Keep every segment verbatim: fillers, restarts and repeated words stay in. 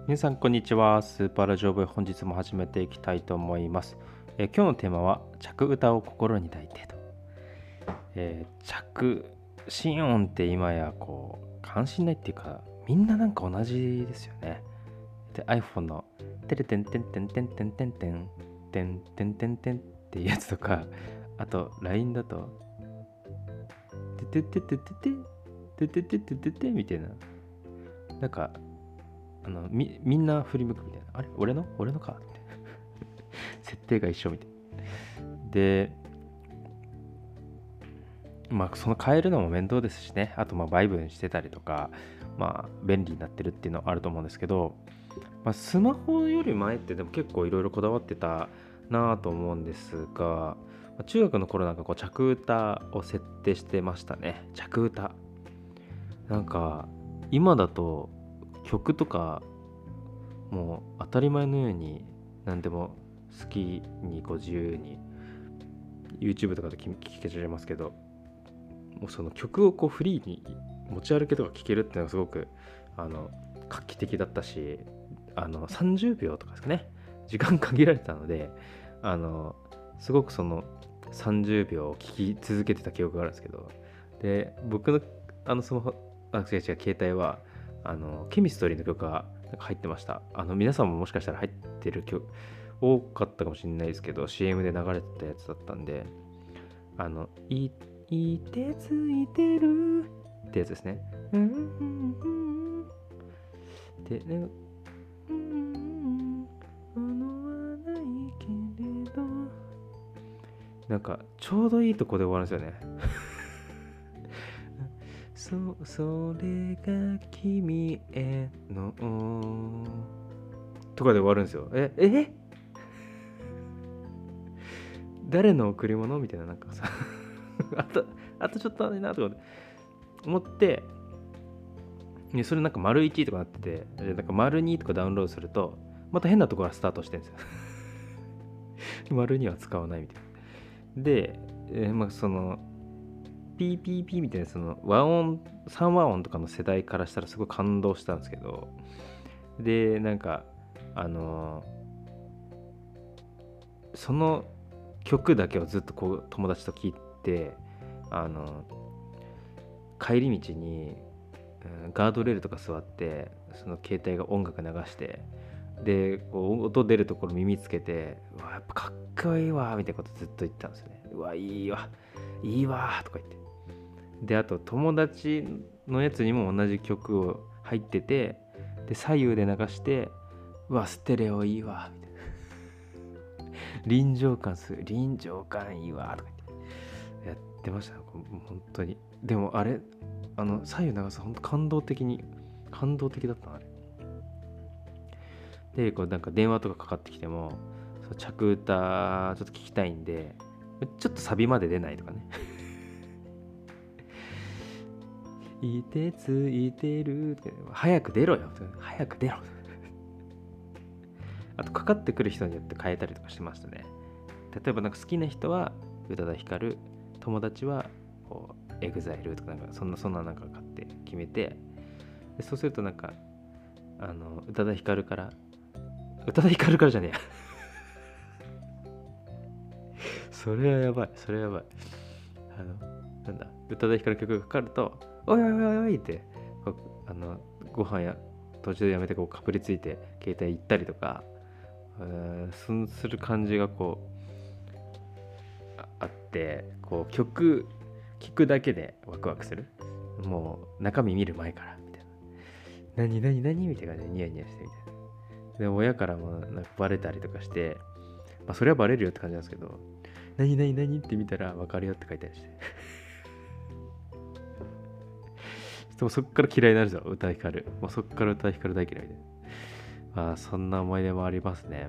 皆さんこんにちは。スーパーラジオ部、本日も始めていきたいと思います。えー今日のテーマは着歌を心に抱いてと、えー着心音って今やこう関心ないっていうか、みんななんか同じですよね。で iPhone のテレテンテンテンテンテンテンテンテンテンテンテンっていうやつとか、あと ライン だとテテテテテテテテテテテテみたいな、なんかあの み, みんな振り向くみたいな、あれ俺の俺のかって設定が一緒みたいな。で、まあその変えるのも面倒ですしね、あとまあバイブにしてたりとか、まあ便利になってるっていうのはあると思うんですけど、まあ、スマホより前ってでも結構いろいろこだわってたなぁと思うんですが、まあ中学の頃なんかこう着歌を設定してましたね。着歌なんか今だと曲とかもう当たり前のように何でも好きにこう自由に YouTube とかで聴けちゃいますけど、もうその曲をこうフリーに持ち歩けとか聴けるっていうのがすごくあの画期的だったし、あのさんじゅうびょうとかですかね、時間限られてたので、あのすごくそのさんじゅうびょうを聴き続けてた記憶があるんですけど、で僕のあのスマホあ違う違う携帯はあのケミストリーの曲がなんか入ってました。あの皆さんももしかしたら入ってる曲多かったかもしれないですけど、 シーエム で流れてたやつだったんで、あのいいてついてるってやつですね。うんうんうんでね、うん物はないけれど、なんかちょうどいいとこで終わるんですよね。そそれが君へのとかで終わるんですよ。ええ誰の贈り物みたいな、なんかさあとあとちょっとあれなとか思って、ね、それなんか丸いちとかなってて、でなんか丸にとかダウンロードするとまた変なところからスタートしてるんですよ。丸には使わないみたいな。で、えーまあその ピーピーピー みたいなその和音さん和音とかの世代からしたらすごい感動したんですけど、でなんかあのーその曲だけをずっとこう友達と聴いて、あの帰り道に、うん、ガードレールとか座ってその携帯が音楽流して、でこう音出るところ耳つけて、うわやっぱかっこいいわみたいなことずっと言ってたんですよね。うわいいわいいわとか言って、であと友達のやつにも同じ曲を入ってて、で左右で流して、うわステレオいいわみたいな、臨場感する臨場感いいわとか言ってやってましたね、本当に。でもあれあの左右流す本当感動的に感動的だったなあれで。こうなんか電話とかかかってきても、そう着歌ちょっと聞きたいんで、ちょっとサビまで出ないとかね。いてついてるって早く出ろよ早く出ろ。あとかかってくる人によって変えたりとかしてましたね。例えばなんか好きな人は宇多田ヒカル、友達はこうエグザイルとか、なんかそんなそんななんか買って決めて、でそうするとなんかあの宇多田ヒカルから宇多田ヒカルからじゃねえやそれはやばいそれはやばい。あのなんだ宇多田ヒカル曲がかかると、おいおいおいおいってこうあのご飯や途中でやめてこうかぶりついて携帯行ったりとか、すんする感じがこう あ, あってこう曲聴くだけでワクワクする。もう中身見る前からみたいな、何何何みたいな感じでニヤニヤしてみたいな。で親からもなんかバレたりとかして、まあそれはバレるよって感じなんですけど、何何何って見たら分かるよって書いてあるしてでもそっから嫌いになるぞ歌い光る、もうそっから歌い光る大嫌いみたいな、まあそんな思い出もありますね。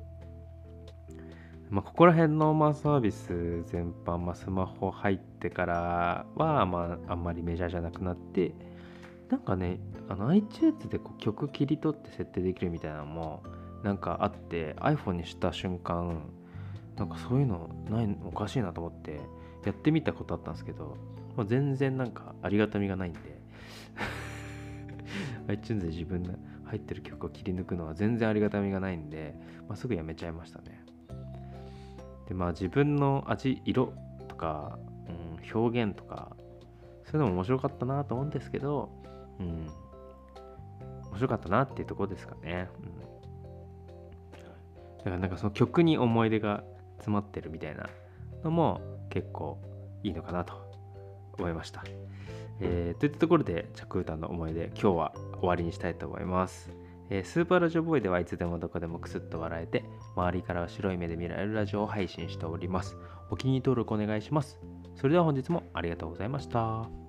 まあ、ここら辺のまあサービス全般、まあ、スマホ入ってからは、まあ、あんまりメジャーじゃなくなって、なんかね、あの iTunes でこう曲切り取って設定できるみたいなのもなんかあって、 iPhone にした瞬間、なんかそういうのないのおかしいなと思ってやってみたことあったんですけど、まあ、全然なんかありがたみがないんでiTunes で自分の入ってる曲を切り抜くのは全然ありがたみがないんで、まあ、すぐやめちゃいましたね。でまあ自分の味色とか、うん、表現とかそういうのも面白かったなと思うんですけど、うん、面白かったなっていうところですかね。うん、だからなんかその曲に思い出が詰まってるみたいなのも結構いいのかなと思いました。えー、といったところでチャクータンの思い出今日は終わりにしたいと思います。えースーパーラジオボーイではいつでもどこでもクスッと笑えて周りからは白い目で見られるラジオを配信しております。お気に入り登録お願いします。それでは本日もありがとうございました。